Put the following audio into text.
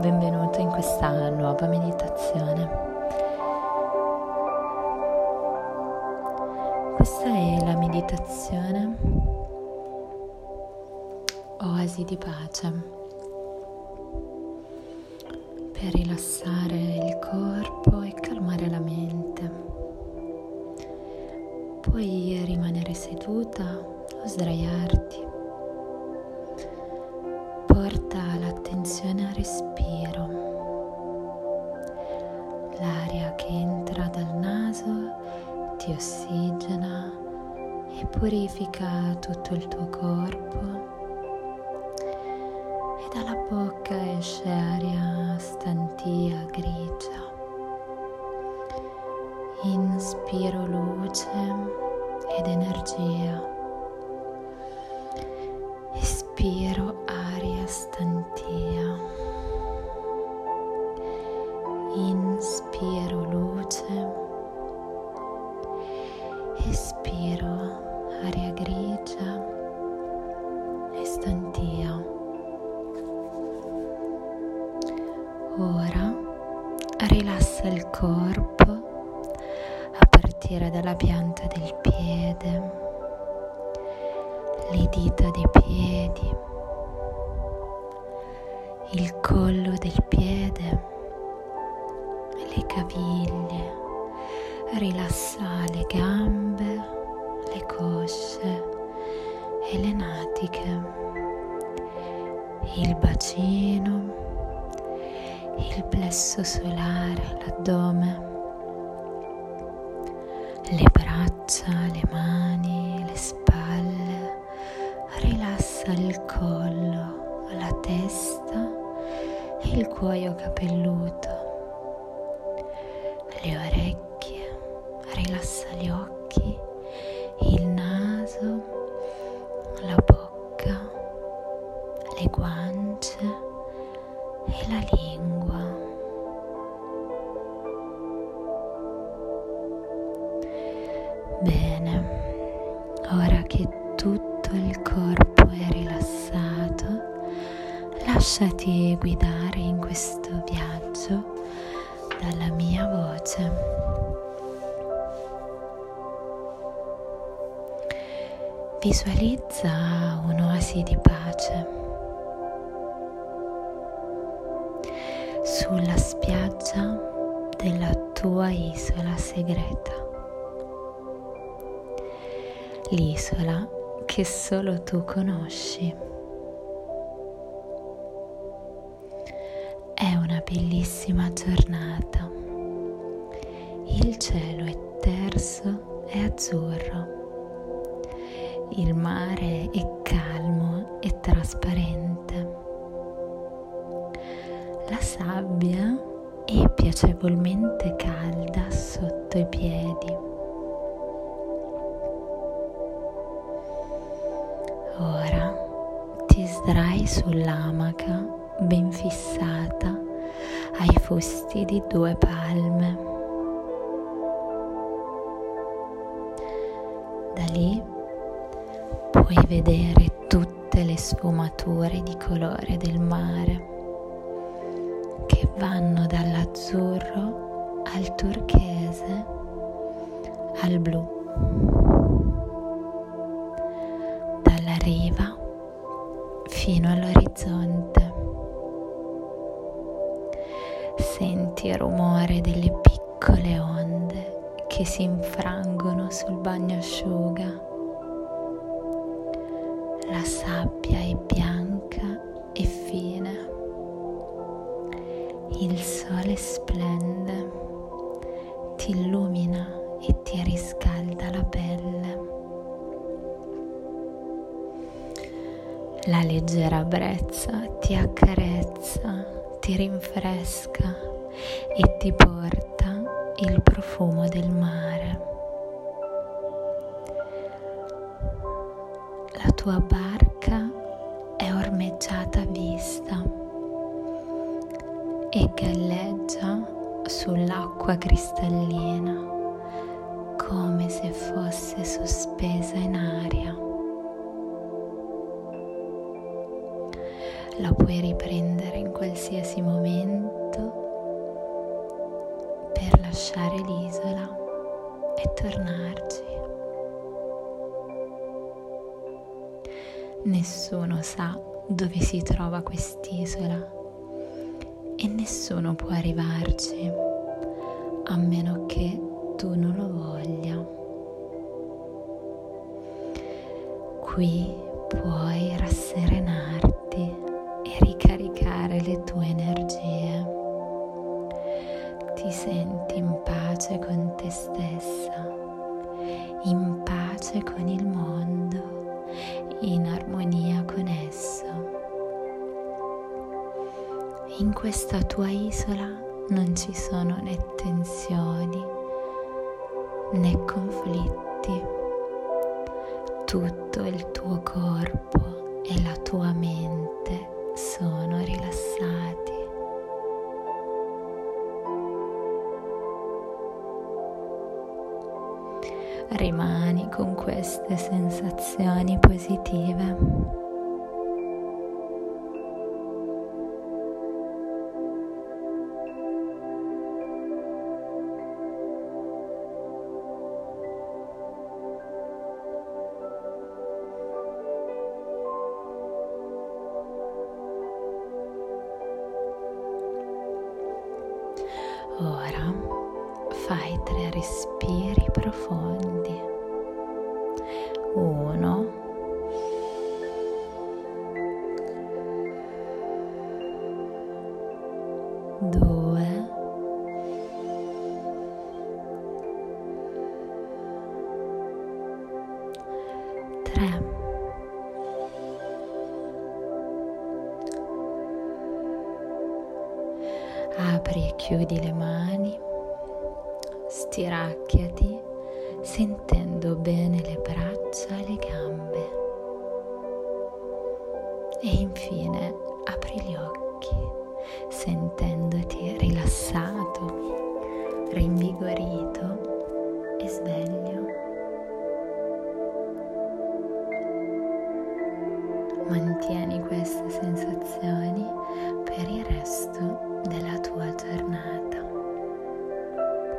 benvenuto in questa nuova meditazione. Questa è la meditazione Oasi di pace, per rilassare il corpo e calmare la mente. Puoi rimanere seduta o sdraiarti. Porta l'attenzione al respiro. L'aria che entra dal naso ti ossigena e purifica tutto il tuo corpo, e dalla bocca esce aria stantia, grigia. Inspiro luce ed energia. Espiro aria stantia. Inspiro luce. Espiro aria grigia e stantia. Ora rilassa il corpo a partire dalla pianta del piede, le dita dei piedi, il collo del piede, le caviglie. Rilassa le gambe, le cosce e le natiche, il bacino, il plesso solare, l'addome, le braccia, le mani, le spalle. Rilassa il collo, la testa e il cuoio capelluto, le orecchie. Rilassa gli occhi, il naso, la bocca, le guance e la lingua. Bene, ora che tutto il corpo è rilassato, lasciati guidare in questo viaggio dalla mia voce. Visualizza un'oasi di pace sulla spiaggia della tua isola segreta, l'isola che solo tu conosci. È una bellissima giornata, il cielo è terso e azzurro. Il mare è calmo e trasparente. La sabbia è piacevolmente calda sotto i piedi. Ora ti sdrai sull'amaca ben fissata ai fusti di 2 palme. Da lì puoi vedere tutte le sfumature di colore del mare che vanno dall'azzurro al turchese al blu, dalla riva fino all'orizzonte. Senti il rumore delle piccole onde che si infrangono sul bagnasciuga. La sabbia è bianca e fine. Il sole splende, ti illumina e ti riscalda la pelle. La leggera brezza ti accarezza, ti rinfresca e ti porta il profumo del mare. La tua barca è ormeggiata a vista e galleggia sull'acqua cristallina come se fosse sospesa in aria. la puoi riprendere in qualsiasi momento per lasciare l'isola e tornarci. Nessuno sa dove si trova quest'isola e nessuno può arrivarci a meno che tu non lo voglia. Qui puoi rasserenarti e ricaricare le tue energie. Ti senti in pace con te stessa, in pace con il mondo, in armonia con esso. In questa tua isola non ci sono né tensioni né conflitti. Tutto il tuo corpo e la tua mente sono rilassati. Rimani con queste sensazioni positive. Ora fai 3 respiri profondi. 1, 2, 3. Apri e chiudi le mani, stiracchiati sentendo bene le braccia e le gambe e infine apri gli occhi sentendoti rilassato, rinvigorito e sveglio. Mantieni queste sensazioni per il resto della tua giornata.